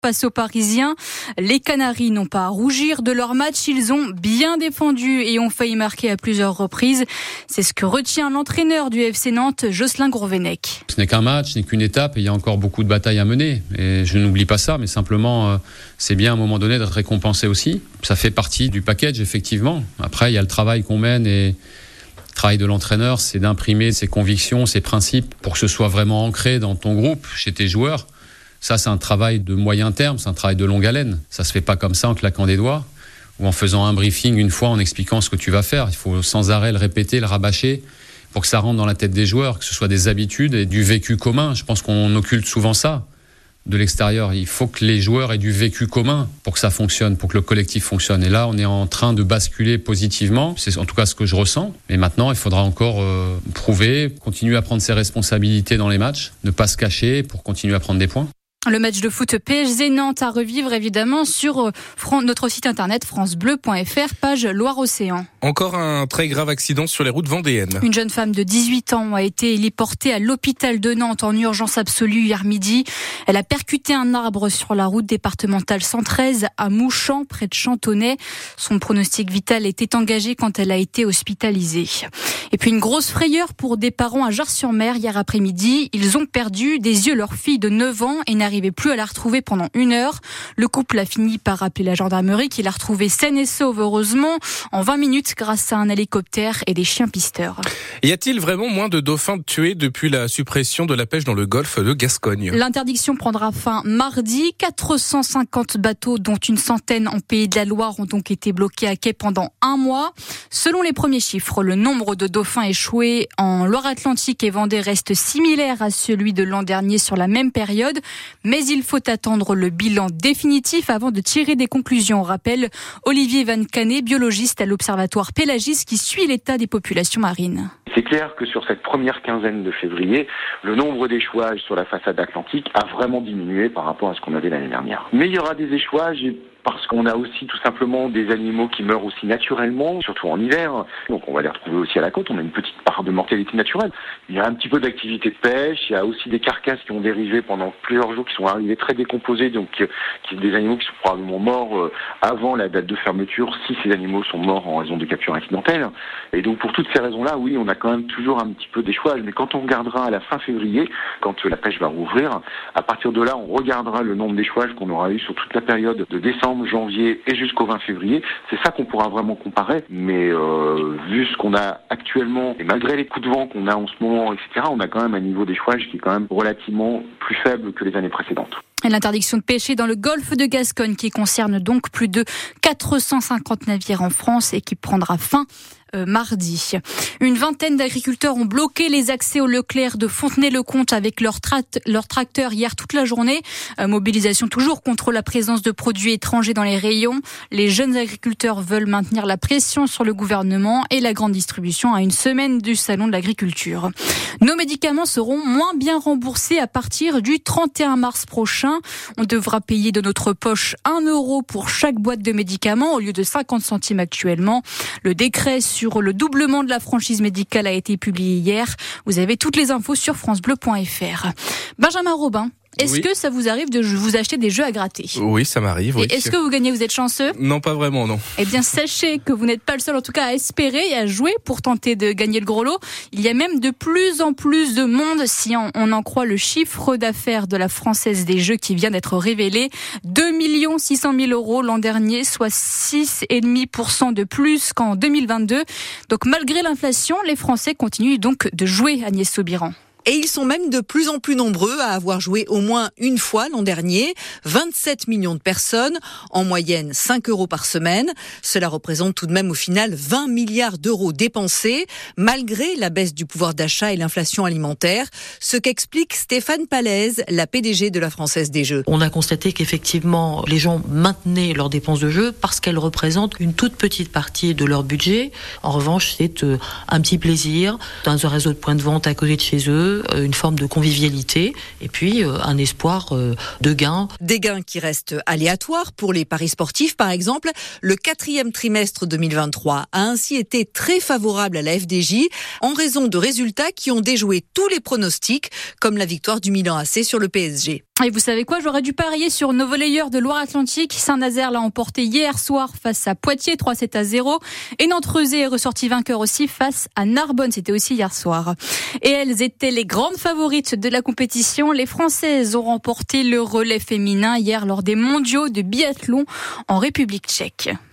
face aux Parisiens. Les Canaries n'ont pas à rougir de leur match. Ils ont bien défendu et ont failli marquer à plusieurs reprises. C'est ce que retient l'entraîneur du FC Nantes, Jocelyn Gourvenec. Ce n'est qu'un match, ce n'est qu'une étape et il y a encore beaucoup de batailles à mener. Et je n'oublie pas ça, mais simplement, c'est bien à un moment donné d'être récompensé aussi. Ça fait partie du package, effectivement. Après, il y a le travail qu'on mène et le travail de l'entraîneur, c'est d'imprimer ses convictions, ses principes pour que ce soit vraiment ancré dans ton groupe, chez tes joueurs. Ça, c'est un travail de moyen terme, c'est un travail de longue haleine. Ça se fait pas comme ça en claquant des doigts ou en faisant un briefing une fois en expliquant ce que tu vas faire. Il faut sans arrêt le répéter, le rabâcher pour que ça rentre dans la tête des joueurs, que ce soit des habitudes et du vécu commun. Je pense qu'on occulte souvent ça de l'extérieur. Il faut que les joueurs aient du vécu commun pour que ça fonctionne, pour que le collectif fonctionne. Et là, on est en train de basculer positivement. C'est en tout cas ce que je ressens. Mais maintenant, il faudra encore prouver, continuer à prendre ses responsabilités dans les matchs, ne pas se cacher pour continuer à prendre des points. Le match de foot PSG Nantes à revivre évidemment sur notre site internet francebleu.fr, page Loire-Océan. Encore un très grave accident sur les routes vendéennes. Une jeune femme de 18 ans a été héliportée à l'hôpital de Nantes en urgence absolue hier midi. Elle a percuté un arbre sur la route départementale 113 à Mouchamps, près de Chantonnay. Son pronostic vital était engagé quand elle a été hospitalisée. Et puis une grosse frayeur pour des parents à Jars-sur-Mer hier après-midi. Ils ont perdu des yeux leur fille de 9 ans et n'arrivaient plus à la retrouver pendant 1 heure. Le couple a fini par appeler la gendarmerie qui l'a retrouvée saine et sauve heureusement en 20 minutes grâce à un hélicoptère et des chiens pisteurs. Y a-t-il vraiment moins de dauphins tués depuis la suppression de la pêche dans le golfe de Gascogne ? L'interdiction prendra fin mardi. 450 bateaux, dont une centaine en Pays de la Loire, ont donc été bloqués à quai pendant 1 mois. Selon les premiers chiffres, le nombre de dauphins échoués en Loire-Atlantique et Vendée reste similaire à celui de l'an dernier sur la même période. Mais il faut attendre le bilan définitif avant de tirer des conclusions, rappelle Olivier Van Canet, biologiste à l'Observatoire Pélagis qui suit l'état des populations marines. C'est clair que sur cette première quinzaine de février, le nombre d'échouages sur la façade atlantique a vraiment diminué par rapport à ce qu'on avait l'année dernière. Mais il y aura des échouages parce qu'on a aussi tout simplement des animaux qui meurent aussi naturellement, surtout en hiver. Donc on va les retrouver aussi à la côte, on a une petite part de mortalité naturelle. Il y a un petit peu d'activité de pêche, il y a aussi des carcasses qui ont dérivé pendant plusieurs jours, qui sont arrivées très décomposées, donc des animaux qui sont probablement morts avant la date de fermeture, si ces animaux sont morts en raison de capture accidentelle. Et donc pour toutes ces raisons-là, oui, on a quand même toujours un petit peu d'échouage, mais quand on regardera à la fin février, quand la pêche va rouvrir, à partir de là, on regardera le nombre d'échouages qu'on aura eu sur toute la période de décembre, janvier et jusqu'au 20 février. C'est ça qu'on pourra vraiment comparer. Mais vu ce qu'on a actuellement, et malgré les coups de vent qu'on a en ce moment, etc., on a quand même un niveau d'échouage qui est quand même relativement plus faible que les années précédentes. Et l'interdiction de pêcher dans le golfe de Gascogne qui concerne donc plus de 450 navires en France et qui prendra fin mardi. Une vingtaine d'agriculteurs ont bloqué les accès au Leclerc de Fontenay-le-Comte avec leur tracteur hier toute la journée. Mobilisation toujours contre la présence de produits étrangers dans les rayons. Les jeunes agriculteurs veulent maintenir la pression sur le gouvernement et la grande distribution à une semaine du salon de l'agriculture. Nos médicaments seront moins bien remboursés à partir du 31 mars prochain. On devra payer de notre poche 1 € pour chaque boîte de médicaments au lieu de 50 centimes actuellement. Le décret sur le doublement de la franchise médicale a été publié hier. Vous avez toutes les infos sur francebleu.fr. Benjamin Robin, est-ce que ça vous arrive de vous acheter des jeux à gratter ? Oui, ça m'arrive. Oui. Et est-ce que vous gagnez, vous êtes chanceux ? Non, pas vraiment, non. Eh bien, sachez que vous n'êtes pas le seul, en tout cas, à espérer et à jouer pour tenter de gagner le gros lot. Il y a même de plus en plus de monde, si on en croit le chiffre d'affaires de la Française des Jeux qui vient d'être révélé. 2 600 000 € l'an dernier, soit 6,5% de plus qu'en 2022. Donc, malgré l'inflation, les Français continuent donc de jouer, Agnès Saubiran. Et ils sont même de plus en plus nombreux à avoir joué au moins une fois l'an dernier. 27 millions de personnes, en moyenne 5 € par semaine. Cela représente tout de même au final 20 milliards d'euros dépensés, malgré la baisse du pouvoir d'achat et l'inflation alimentaire. Ce qu'explique Stéphane Palaise, la PDG de la Française des Jeux. On a constaté qu'effectivement, les gens maintenaient leurs dépenses de jeu parce qu'elles représentent une toute petite partie de leur budget. En revanche, c'est un petit plaisir dans un réseau de points de vente à côté de chez eux, une forme de convivialité et puis un espoir de gains. Des gains qui restent aléatoires pour les paris sportifs par exemple. Le 4e trimestre 2023 a ainsi été très favorable à la FDJ en raison de résultats qui ont déjoué tous les pronostics comme la victoire du Milan AC sur le PSG. Et vous savez quoi, j'aurais dû parier sur nos volleyeurs de Loire-Atlantique. Saint-Nazaire l'a emporté hier soir face à Poitiers, 3-7-0. Et Nantes-Rezé est ressorti vainqueur aussi face à Narbonne, c'était aussi hier soir. Et elles étaient les grandes favorites de la compétition. Les Françaises ont remporté le relais féminin hier lors des mondiaux de biathlon en République tchèque.